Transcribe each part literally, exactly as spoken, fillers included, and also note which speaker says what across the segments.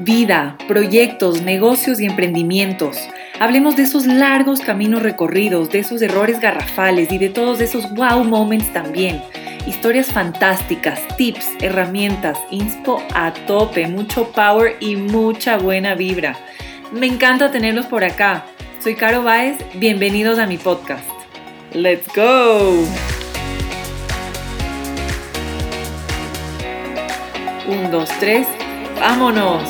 Speaker 1: vida, proyectos, negocios y emprendimientos. Hablemos de esos largos caminos recorridos, de esos errores garrafales y de todos esos wow moments también. Historias fantásticas, tips, herramientas, inspo a tope, mucho power y mucha buena vibra. Me encanta tenerlos por acá. Soy Caro Báez, bienvenidos a mi podcast. ¡Let's go! Un, dos, tres, ¡vámonos!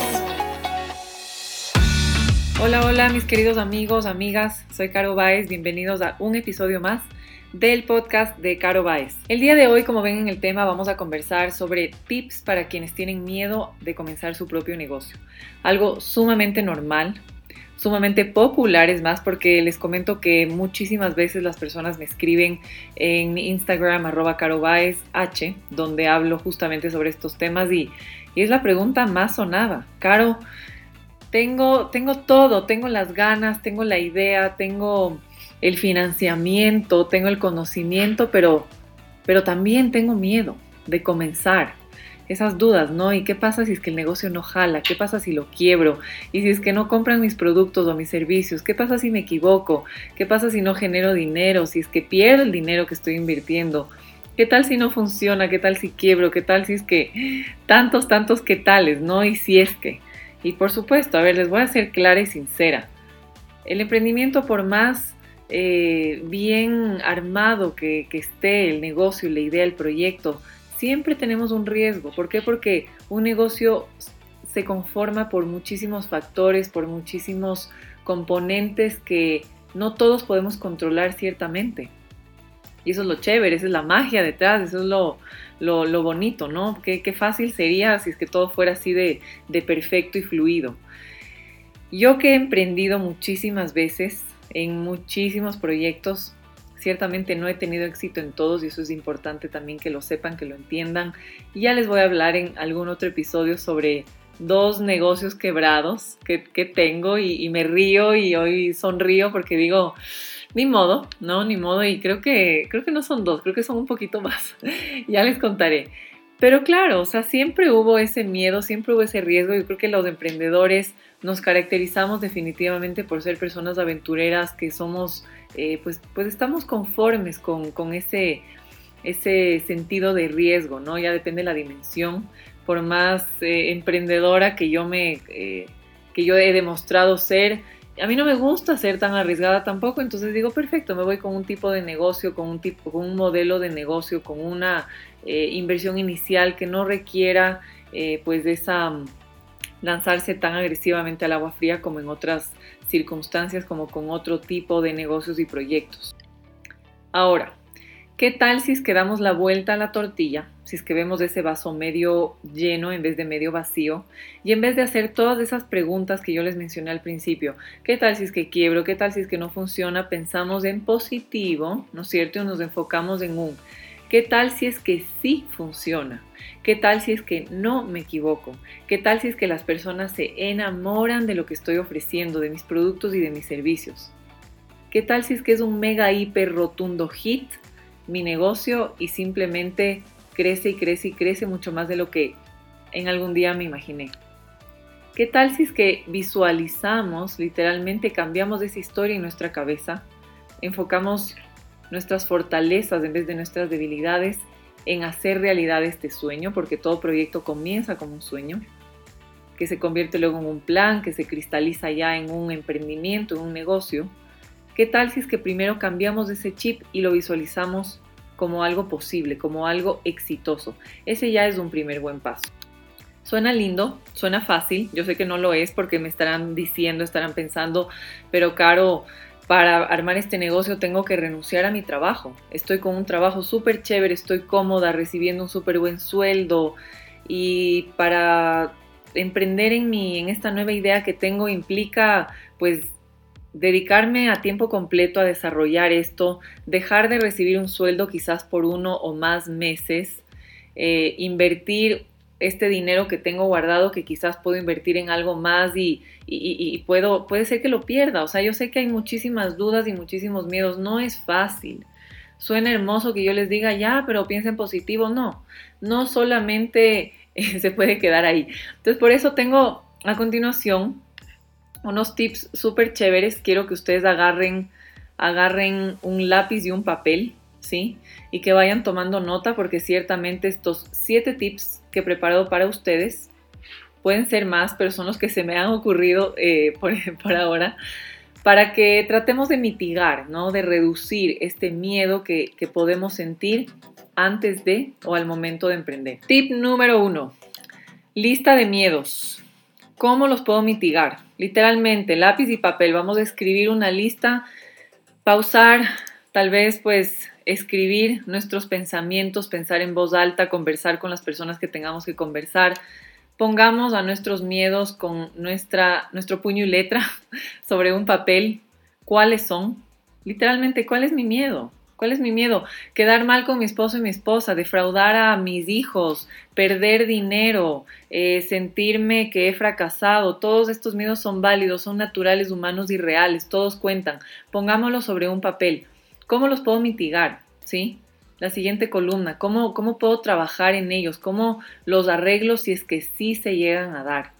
Speaker 1: Hola, hola mis queridos amigos, amigas, soy Caro Báez, bienvenidos a un episodio más del podcast de Caro Báez. El día de hoy, como ven en el tema, vamos a conversar sobre tips para quienes tienen miedo de comenzar su propio negocio. Algo sumamente normal, sumamente popular, es más, porque les comento que muchísimas veces las personas me escriben en mi Instagram, arroba Caro Báez H, donde hablo justamente sobre estos temas y, y es la pregunta más sonada. Caro, tengo, tengo todo, tengo las ganas, tengo la idea, tengo el financiamiento, tengo el conocimiento, pero, pero también tengo miedo de comenzar. Esas dudas, ¿no? ¿Y qué pasa si es que el negocio no jala? ¿Qué pasa si lo quiebro? ¿Y si es que no compran mis productos o mis servicios? ¿Qué pasa si me equivoco? ¿Qué pasa si no genero dinero? ¿Si es que pierdo el dinero que estoy invirtiendo? ¿Qué tal si no funciona? ¿Qué tal si quiebro? ¿Qué tal si es que tantos, tantos qué tales, ¿no? Y si es que... Y por supuesto, a ver, les voy a ser clara y sincera. El emprendimiento, por más eh, bien armado que, que esté el negocio, la idea, el proyecto, siempre tenemos un riesgo. ¿Por qué? Porque un negocio se conforma por muchísimos factores, por muchísimos componentes que no todos podemos controlar ciertamente. Y eso es lo chévere, esa es la magia detrás, eso es lo, lo, lo bonito, ¿no? Qué, qué fácil sería si es que todo fuera así de, de perfecto y fluido. Yo que he emprendido muchísimas veces en muchísimos proyectos, ciertamente no he tenido éxito en todos y eso es importante también que lo sepan, que lo entiendan. Y ya les voy a hablar en algún otro episodio sobre dos negocios quebrados que, que tengo y, y me río y hoy sonrío porque digo, ni modo, no, ni modo. Y creo que, creo que no son dos, creo que son un poquito más. Ya les contaré. Pero claro, o sea, siempre hubo ese miedo, siempre hubo ese riesgo. Yo creo que los emprendedores nos caracterizamos definitivamente por ser personas aventureras, que somos, eh, pues, pues estamos conformes con, con ese, ese sentido de riesgo, ¿no? Ya depende de la dimensión. Por más eh, emprendedora que yo, me, eh, que yo he demostrado ser, a mí no me gusta ser tan arriesgada tampoco, entonces digo, perfecto, me voy con un tipo de negocio, con un, tipo, con un modelo de negocio, con una eh, inversión inicial que no requiera eh, pues de esa... lanzarse tan agresivamente al agua fría como en otras circunstancias, como con otro tipo de negocios y proyectos. Ahora, ¿qué tal si es que damos la vuelta a la tortilla? Si es que vemos ese vaso medio lleno en vez de medio vacío y en vez de hacer todas esas preguntas que yo les mencioné al principio, ¿qué tal si es que quiebro? ¿Qué tal si es que no funciona? Pensamos en positivo, ¿no es cierto? Y nos enfocamos en un ¿qué tal si es que sí funciona? ¿Qué tal si es que no me equivoco? ¿Qué tal si es que las personas se enamoran de lo que estoy ofreciendo, de mis productos y de mis servicios? ¿Qué tal si es que es un mega hiper rotundo hit mi negocio y simplemente crece y crece y crece mucho más de lo que en algún día me imaginé? ¿Qué tal si es que visualizamos, literalmente cambiamos esa historia en nuestra cabeza, enfocamos nuestras fortalezas en vez de nuestras debilidades en hacer realidad este sueño, porque todo proyecto comienza como un sueño, que se convierte luego en un plan, que se cristaliza ya en un emprendimiento, en un negocio? ¿Qué tal si es que primero cambiamos ese chip y lo visualizamos como algo posible, como algo exitoso? Ese ya es un primer buen paso. Suena lindo, suena fácil, yo sé que no lo es porque me estarán diciendo, estarán pensando, pero Caro, para armar este negocio tengo que renunciar a mi trabajo. Estoy con un trabajo súper chévere, estoy cómoda, recibiendo un súper buen sueldo y para emprender en, mi, en esta nueva idea que tengo implica pues dedicarme a tiempo completo a desarrollar esto, dejar de recibir un sueldo quizás por uno o más meses, eh, invertir este dinero que tengo guardado que quizás puedo invertir en algo más y, y, y puedo, puede ser que lo pierda. O sea, yo sé que hay muchísimas dudas y muchísimos miedos. No es fácil. Suena hermoso que yo les diga, ya, pero piensa en positivo. No, no solamente se puede quedar ahí. Entonces, por eso tengo A continuación, unos tips súper chéveres. Quiero que ustedes agarren, agarren un lápiz y un papel, ¿sí? Y que vayan tomando nota porque ciertamente estos siete tips que he preparado para ustedes pueden ser más, pero son los que se me han ocurrido eh, por, por ahora, para que tratemos de mitigar, ¿no? De reducir este miedo que, que podemos sentir antes de o al momento de emprender. Tip número uno, lista de miedos. ¿Cómo los puedo mitigar? Literalmente, lápiz y papel, vamos a escribir una lista, pausar, tal vez pues escribir nuestros pensamientos, pensar en voz alta, conversar con las personas que tengamos que conversar. Pongamos a nuestros miedos con nuestra, nuestro puño y letra sobre un papel. ¿Cuáles son? Literalmente, ¿cuál es mi miedo? ¿Cuál es mi miedo? Quedar mal con mi esposo y mi esposa, defraudar a mis hijos, perder dinero, eh, sentirme que he fracasado. Todos estos miedos son válidos, son naturales, humanos y reales. Todos cuentan. Pongámoslos sobre un papel. ¿Cómo los puedo mitigar? ¿Sí? La siguiente columna, ¿cómo, cómo puedo trabajar en ellos? ¿Cómo los arreglo si es que sí se llegan a dar?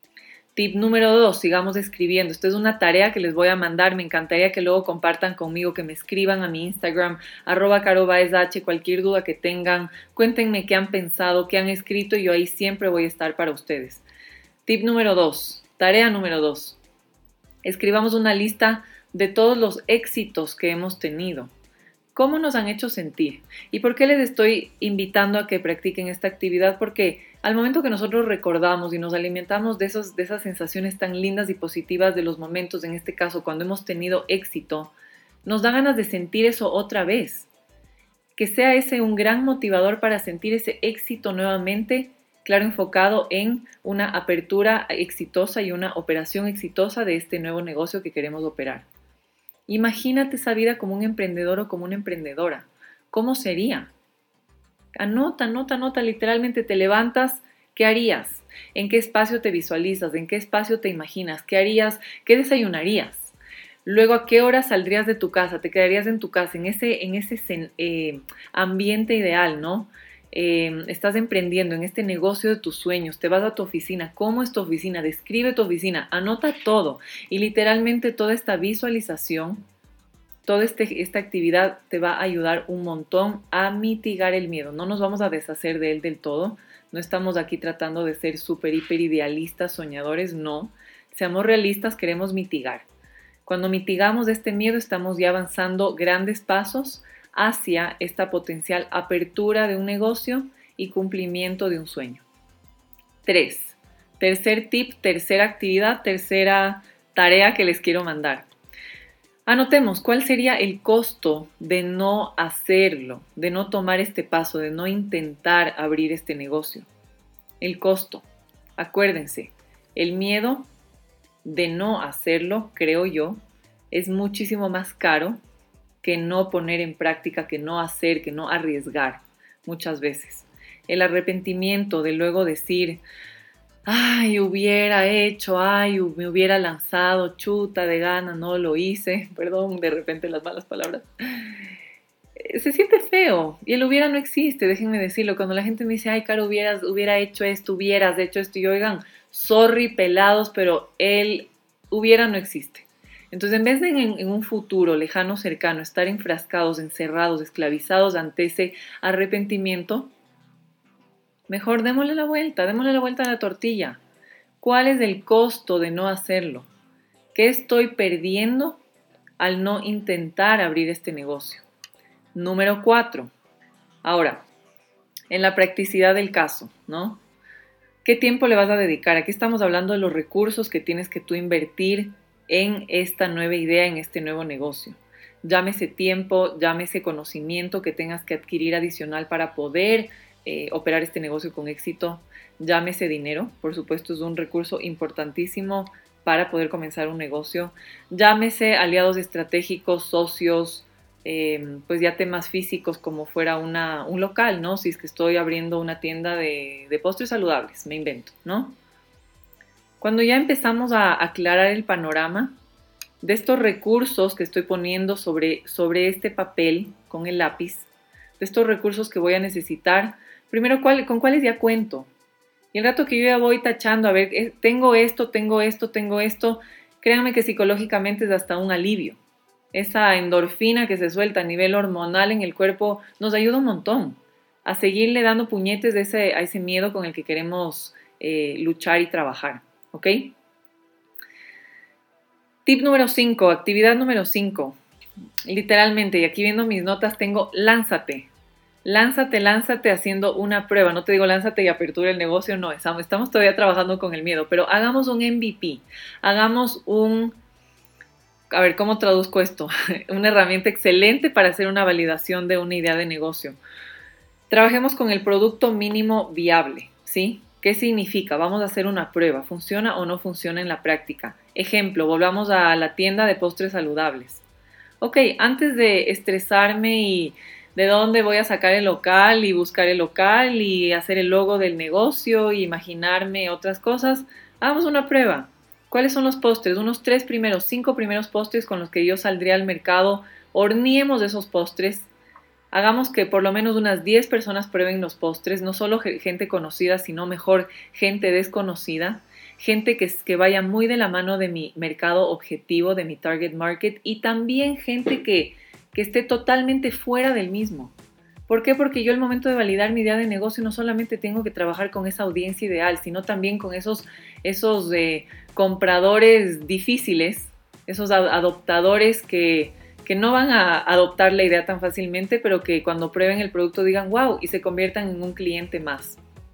Speaker 1: Tip número dos, sigamos escribiendo. Esto es una tarea que les voy a mandar. Me encantaría que luego compartan conmigo, que me escriban a mi Instagram, arroba carobaesh, cualquier duda que tengan. Cuéntenme qué han pensado, qué han escrito y yo ahí siempre voy a estar para ustedes. Tip número dos, tarea número dos. Escribamos una lista de todos los éxitos que hemos tenido. ¿Cómo nos han hecho sentir? ¿Y por qué les estoy invitando a que practiquen esta actividad? Porque al momento que nosotros recordamos y nos alimentamos de, esos, de esas sensaciones tan lindas y positivas de los momentos, en este caso cuando hemos tenido éxito, nos da ganas de sentir eso otra vez. Que sea ese un gran motivador para sentir ese éxito nuevamente, claro, enfocado en una apertura exitosa y una operación exitosa de este nuevo negocio que queremos operar. Imagínate esa vida como un emprendedor o como una emprendedora. ¿Cómo sería? Anota, anota, anota. Literalmente te levantas. ¿Qué harías? ¿En qué espacio te visualizas? ¿En qué espacio te imaginas? ¿Qué harías? ¿Qué desayunarías? Luego, ¿a qué hora saldrías de tu casa? ¿Te quedarías en tu casa? En ese, en ese eh, ambiente ideal, ¿no? Eh, estás emprendiendo en este negocio de tus sueños, te vas a tu oficina. ¿Cómo es tu oficina? Describe tu oficina, anota todo y literalmente toda esta visualización, toda este, esta actividad te va a ayudar un montón a mitigar el miedo. No nos vamos a deshacer de él del todo, no estamos aquí tratando de ser súper, hiper idealistas, soñadores, no. Seamos realistas, queremos mitigar. Cuando mitigamos este miedo estamos ya avanzando grandes pasos hacia esta potencial apertura de un negocio y cumplimiento de un sueño. Tres. Tercer tip, tercera actividad, tercera tarea que les quiero mandar. Anotemos cuál sería el costo de no hacerlo, de no tomar este paso, de no intentar abrir este negocio. El costo. Acuérdense, el miedo de no hacerlo, creo yo, es muchísimo más caro que no poner en práctica, que no hacer, que no arriesgar muchas veces. El arrepentimiento de luego decir, ay, hubiera hecho, ay, me hubiera lanzado, chuta de gana, no lo hice, perdón, de repente las malas palabras. Se siente feo y el hubiera no existe, déjenme decirlo. Cuando la gente me dice, ay, Caro, hubieras, hubiera hecho esto, hubieras hecho esto, y oigan, sorry, pelados, pero el hubiera no existe. Entonces, en vez de en, en un futuro lejano, cercano, estar enfrascados, encerrados, esclavizados ante ese arrepentimiento, mejor démosle la vuelta, démosle la vuelta a la tortilla. ¿Cuál es el costo de no hacerlo? ¿Qué estoy perdiendo al no intentar abrir este negocio? Número cuatro. Ahora, en la practicidad del caso, ¿no? ¿Qué tiempo le vas a dedicar? Aquí estamos hablando de los recursos que tienes que tú invertir en esta nueva idea, en este nuevo negocio. Llámese tiempo, llámese conocimiento que tengas que adquirir adicional para poder eh, operar este negocio con éxito. Llámese dinero, por supuesto, es un recurso importantísimo para poder comenzar un negocio. Llámese aliados estratégicos, socios, eh, pues ya temas físicos como fuera una, un local, ¿no? Si es que estoy abriendo una tienda de, de postres saludables, me invento, ¿no? Cuando ya empezamos a aclarar el panorama de estos recursos que estoy poniendo sobre, sobre este papel con el lápiz, de estos recursos que voy a necesitar, primero, ¿cuál, ¿con cuáles ya cuento? Y el rato que yo ya voy tachando, a ver, eh, tengo esto, tengo esto, tengo esto, créanme que psicológicamente es hasta un alivio. Esa endorfina que se suelta a nivel hormonal en el cuerpo nos ayuda un montón a seguirle dando puñetes de ese, a ese miedo con el que queremos eh, luchar y trabajar, ¿ok? Tip número cinco, actividad número cinco. Literalmente, y aquí viendo mis notas tengo lánzate. Lánzate, lánzate haciendo una prueba. No te digo lánzate y apertura el negocio, no. Estamos, estamos todavía trabajando con el miedo, pero hagamos un M V P. Hagamos un... A ver, ¿cómo traduzco esto? Una herramienta excelente para hacer una validación de una idea de negocio. Trabajemos con el producto mínimo viable, ¿sí? ¿Qué significa? Vamos a hacer una prueba. ¿Funciona o no funciona en la práctica? Ejemplo, volvamos a la tienda de postres saludables. Ok, antes de estresarme y de dónde voy a sacar el local y buscar el local y hacer el logo del negocio y imaginarme otras cosas, hagamos una prueba. ¿Cuáles son los postres? Unos tres primeros, cinco primeros postres con los que yo saldría al mercado. Horneemos esos postres. Hagamos que por lo menos unas diez personas prueben los postres, no solo gente conocida, sino mejor gente desconocida, gente que, que vaya muy de la mano de mi mercado objetivo, de mi target market, y también gente que, que esté totalmente fuera del mismo. ¿Por qué? Porque yo al momento de validar mi idea de negocio no solamente tengo que trabajar con esa audiencia ideal, sino también con esos, esos eh, compradores difíciles, esos adoptadores que que no van a adoptar la idea tan fácilmente, pero que cuando prueben el producto digan wow y se conviertan en un cliente más.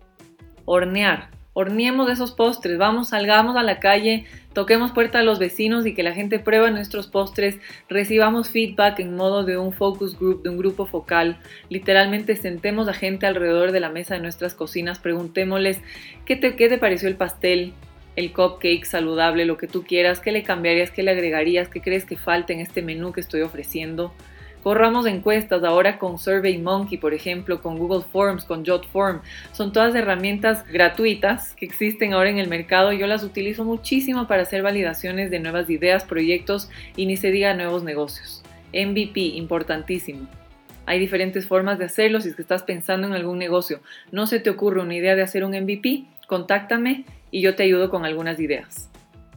Speaker 1: Hornear. Horneemos esos postres, vamos, salgamos a la calle, toquemos puerta a los vecinos y que la gente pruebe nuestros postres, recibamos feedback en modo de un focus group, de un grupo focal, literalmente sentemos a gente alrededor de la mesa de nuestras cocinas, preguntémosles ¿qué te, qué te pareció el pastel? El cupcake saludable, lo que tú quieras, qué le cambiarías, qué le agregarías, qué crees que falta en este menú que estoy ofreciendo. Corramos encuestas ahora con SurveyMonkey, por ejemplo, con Google Forms, con JotForm. Son todas herramientas gratuitas que existen ahora en el mercado. Yo las utilizo muchísimo para hacer validaciones de nuevas ideas, proyectos y ni se diga nuevos negocios. M V P, importantísimo. Hay diferentes formas de hacerlo. Si es que estás pensando en algún negocio, no se te ocurre una idea de hacer un M V P, contáctame y yo te ayudo con algunas ideas.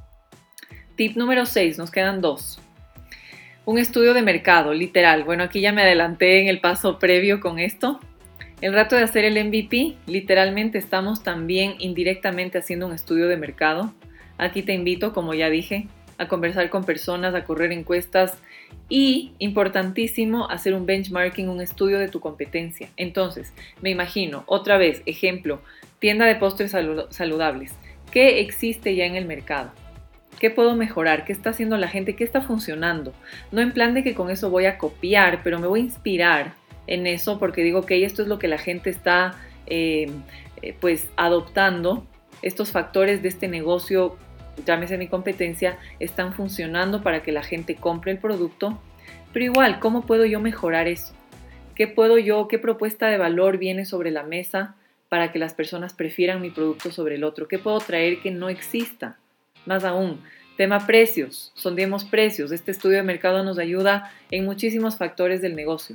Speaker 1: Tip número seis, nos quedan dos. Un estudio de mercado, literal. Bueno, aquí ya me adelanté en el paso previo con esto. El rato de hacer el M V P, literalmente estamos también indirectamente haciendo un estudio de mercado. Aquí te invito, como ya dije, a conversar con personas, a correr encuestas y, importantísimo, hacer un benchmarking, un estudio de tu competencia. Entonces, me imagino, otra vez, ejemplo, tienda de postres saludables. ¿Qué existe ya en el mercado? ¿Qué puedo mejorar? ¿Qué está haciendo la gente? ¿Qué está funcionando? No en plan de que con eso voy a copiar, pero me voy a inspirar en eso porque digo que esto es lo que la gente está eh, pues adoptando. Estos factores de este negocio, llámese mi competencia, están funcionando para que la gente compre el producto. Pero igual, ¿cómo puedo yo mejorar eso? ¿Qué puedo yo, qué propuesta de valor viene sobre la mesa para que las personas prefieran mi producto sobre el otro? ¿Qué puedo traer que no exista? Más aún, tema precios, sondeemos precios. Este estudio de mercado nos ayuda en muchísimos factores del negocio.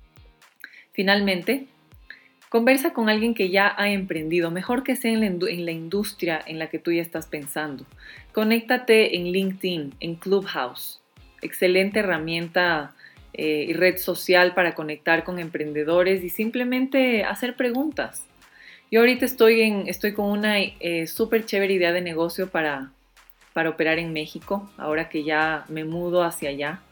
Speaker 1: Finalmente, conversa con alguien que ya ha emprendido, mejor que sea en la, en la industria en la que tú ya estás pensando. Conéctate en LinkedIn, en Clubhouse, excelente herramienta eh, y red social para conectar con emprendedores y simplemente hacer preguntas. Yo ahorita estoy, en, estoy con una eh, súper chévere idea de negocio para, para operar en México, ahora que ya me mudo hacia allá.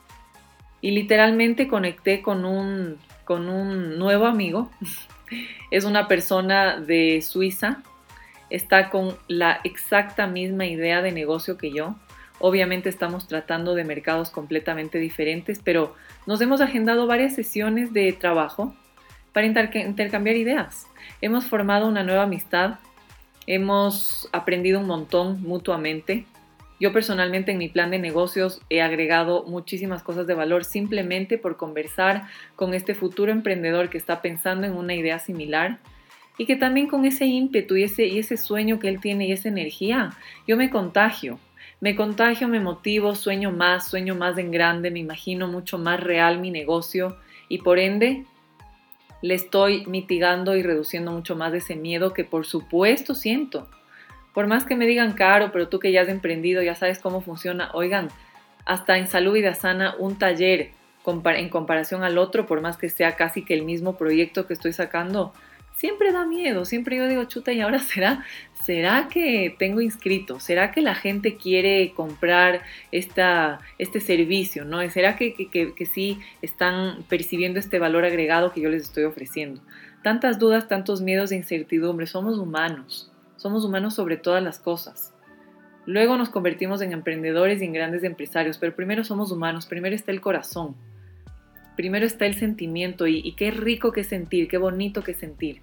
Speaker 1: Y literalmente conecté con un, con un nuevo amigo. Es una persona de Suiza. Está con la exacta misma idea de negocio que yo. Obviamente estamos tratando de mercados completamente diferentes, pero nos hemos agendado varias sesiones de trabajo para intercambiar ideas. Hemos formado una nueva amistad, hemos aprendido un montón mutuamente. Yo personalmente en mi plan de negocios he agregado muchísimas cosas de valor simplemente por conversar con este futuro emprendedor que está pensando en una idea similar y que también con ese ímpetu y ese, y ese sueño que él tiene y esa energía, yo me contagio. Me contagio, me motivo, sueño más, sueño más en grande, me imagino mucho más real mi negocio y por ende le estoy mitigando y reduciendo mucho más de ese miedo que por supuesto siento. Por más que me digan, Caro, pero tú que ya has emprendido, ya sabes cómo funciona. Oigan, hasta en Salud Vida Sana, un taller en comparación al otro, por más que sea casi que el mismo proyecto que estoy sacando, siempre da miedo. Siempre yo digo, chuta, ¿y ahora será? ¿Será que tengo inscrito? ¿Será que la gente quiere comprar esta, este servicio? ¿No? ¿Será que, que, que, que sí están percibiendo este valor agregado que yo les estoy ofreciendo? Tantas dudas, tantos miedos e incertidumbre. Somos humanos. Somos humanos sobre todas las cosas. Luego nos convertimos en emprendedores y en grandes empresarios, pero primero somos humanos, primero está el corazón, primero está el sentimiento y, y qué rico que sentir, qué bonito que sentir.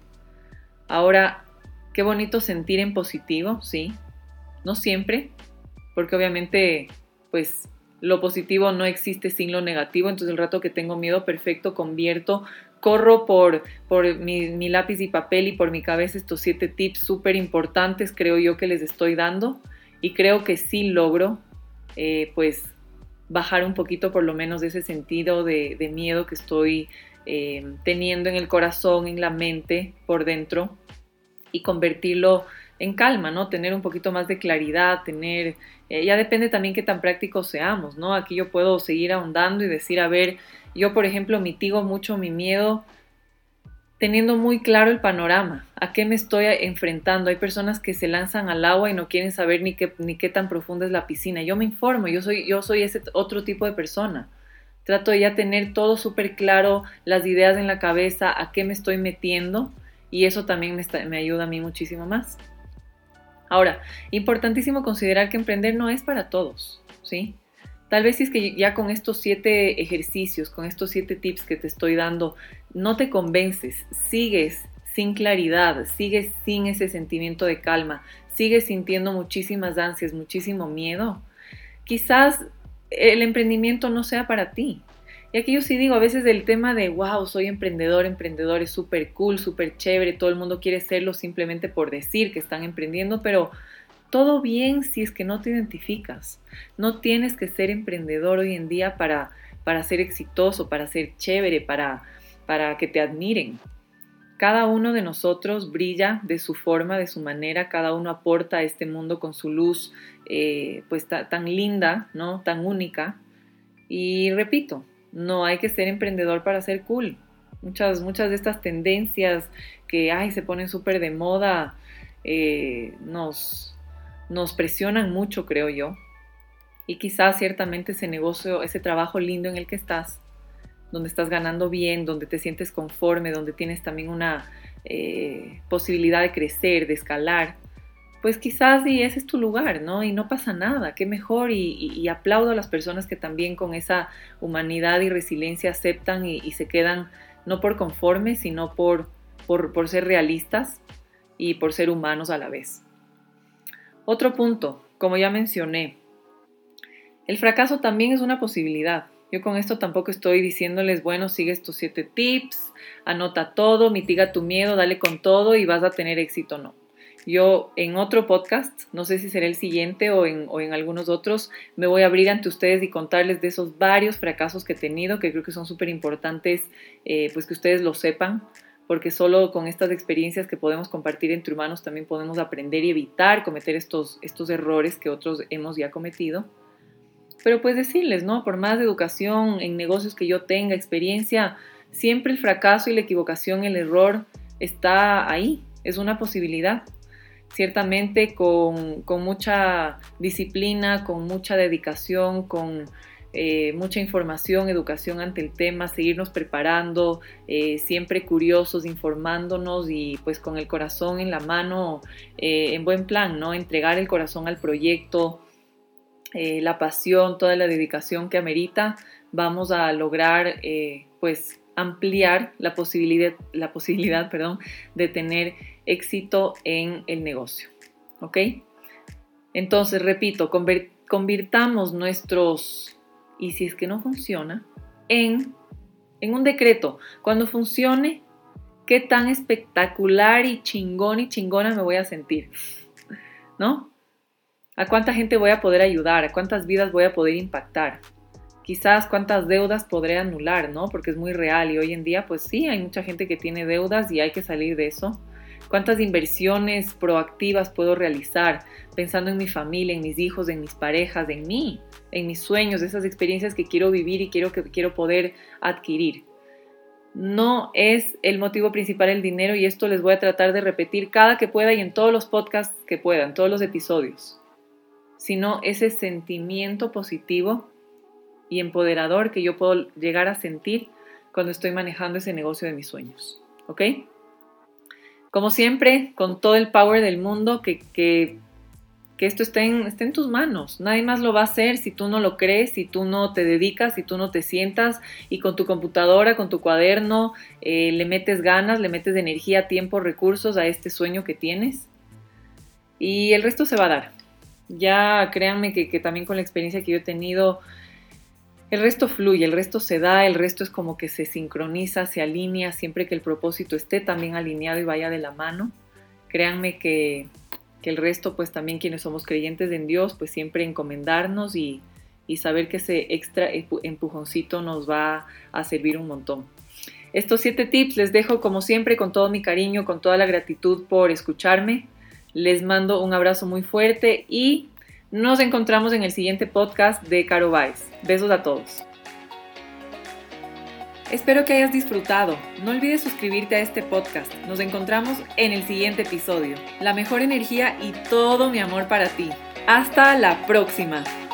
Speaker 1: Ahora, qué bonito sentir en positivo, sí, no siempre, porque obviamente pues lo positivo no existe sin lo negativo, entonces el rato que tengo miedo, perfecto, convierto, corro por, por mi, mi lápiz y papel y por mi cabeza estos siete tips súper importantes, creo yo que les estoy dando. Y creo que sí logro, eh, pues, bajar un poquito por lo menos de ese sentido de, de miedo que estoy eh, teniendo en el corazón, en la mente, por dentro, y convertirlo en calma, ¿no? Tener un poquito más de claridad, tener, eh, ya depende también qué tan prácticos seamos, ¿no? Aquí yo puedo seguir ahondando y decir, a ver, yo, por ejemplo, mitigo mucho mi miedo teniendo muy claro el panorama, a qué me estoy enfrentando. Hay personas que se lanzan al agua y no quieren saber ni qué, ni qué tan profunda es la piscina. Yo me informo, yo soy, yo soy ese otro tipo de persona. Trato de ya tener todo súper claro, las ideas en la cabeza, a qué me estoy metiendo, y eso también me, está, me ayuda a mí muchísimo más. Ahora, importantísimo considerar que emprender no es para todos, ¿sí? Tal vez si es que ya con estos siete ejercicios, con estos siete tips que te estoy dando, no te convences, sigues sin claridad, sigues sin ese sentimiento de calma, sigues sintiendo muchísimas ansias, muchísimo miedo, quizás el emprendimiento no sea para ti. Y aquí yo sí digo, a veces el tema de, wow, soy emprendedor, emprendedor es súper cool, súper chévere, todo el mundo quiere serlo simplemente por decir que están emprendiendo, pero todo bien si es que no te identificas. No tienes que ser emprendedor hoy en día para, para ser exitoso, para ser chévere, para, para que te admiren. Cada uno de nosotros brilla de su forma, de su manera, cada uno aporta a este mundo con su luz eh, pues ta, tan linda, ¿no? Tan única. Y repito, no hay que ser emprendedor para ser cool. Muchas, muchas de estas tendencias que ay, se ponen súper de moda eh, nos... nos presionan mucho, creo yo, y quizás ciertamente ese negocio, ese trabajo lindo en el que estás, donde estás ganando bien, donde te sientes conforme, donde tienes también una eh, posibilidad de crecer, de escalar, pues quizás y ese es tu lugar, ¿no? Y no pasa nada, qué mejor, y, y, y aplaudo a las personas que también con esa humanidad y resiliencia aceptan y, y se quedan no por conformes, sino por, por, por ser realistas y por ser humanos a la vez. Otro punto, como ya mencioné, el fracaso también es una posibilidad. Yo con esto tampoco estoy diciéndoles, bueno, sigue estos siete tips, anota todo, mitiga tu miedo, dale con todo y vas a tener éxito, no. Yo en otro podcast, no sé si será el siguiente o en, o en algunos otros, me voy a abrir ante ustedes y contarles de esos varios fracasos que he tenido, que creo que son súper importantes, eh, pues que ustedes lo sepan, porque solo con estas experiencias que podemos compartir entre humanos también podemos aprender y evitar cometer estos, estos errores que otros hemos ya cometido. Pero pues decirles, ¿no? Por más educación en negocios que yo tenga, experiencia, siempre el fracaso y la equivocación, el error está ahí, es una posibilidad. Ciertamente con, con mucha disciplina, con mucha dedicación, con eh, mucha información, educación ante el tema, seguirnos preparando, eh, siempre curiosos, informándonos y pues con el corazón en la mano, eh, en buen plan, ¿no? Entregar el corazón al proyecto, eh, la pasión, toda la dedicación que amerita, vamos a lograr eh, pues ampliar la posibilidad, la posibilidad perdón, de tener éxito en el negocio, ¿ok? Entonces, repito, convert, convirtamos nuestros, y si es que no funciona, en, en un decreto. Cuando funcione, qué tan espectacular y chingón y chingona me voy a sentir, ¿no? ¿A cuánta gente voy a poder ayudar? ¿A cuántas vidas voy a poder impactar? quizás cuántas deudas podré anular, ¿no? Porque es muy real y hoy en día pues sí, hay mucha gente que tiene deudas y hay que salir de eso. ¿Cuántas inversiones proactivas puedo realizar pensando en mi familia, en mis hijos, en mis parejas, en mí, en mis sueños, esas experiencias que quiero vivir y quiero, que quiero poder adquirir? No es el motivo principal el dinero y esto les voy a tratar de repetir cada que pueda y en todos los podcasts que pueda, en todos los episodios, sino ese sentimiento positivo y empoderador que yo puedo llegar a sentir cuando estoy manejando ese negocio de mis sueños, ¿ok? Como siempre, con todo el power del mundo, que, que, que esto esté en, esté en tus manos. Nadie más lo va a hacer si tú no lo crees, si tú no te dedicas, si tú no te sientas y con tu computadora, con tu cuaderno, eh, le metes ganas, le metes energía, tiempo, recursos a este sueño que tienes y el resto se va a dar. Ya créanme que, que también con la experiencia que yo he tenido, el resto fluye, el resto se da, el resto es como que se sincroniza, se alinea, siempre que el propósito esté también alineado y vaya de la mano. Créanme que, que el resto, pues también quienes somos creyentes en Dios, pues siempre encomendarnos y, y saber que ese extra empujoncito nos va a servir un montón. Estos siete tips les dejo como siempre con todo mi cariño, con toda la gratitud por escucharme. Les mando un abrazo muy fuerte y nos encontramos en el siguiente podcast de Caro Báez. Besos a todos. Espero que hayas disfrutado. No olvides suscribirte a este podcast. Nos encontramos en el siguiente episodio. La mejor energía y todo mi amor para ti. Hasta la próxima.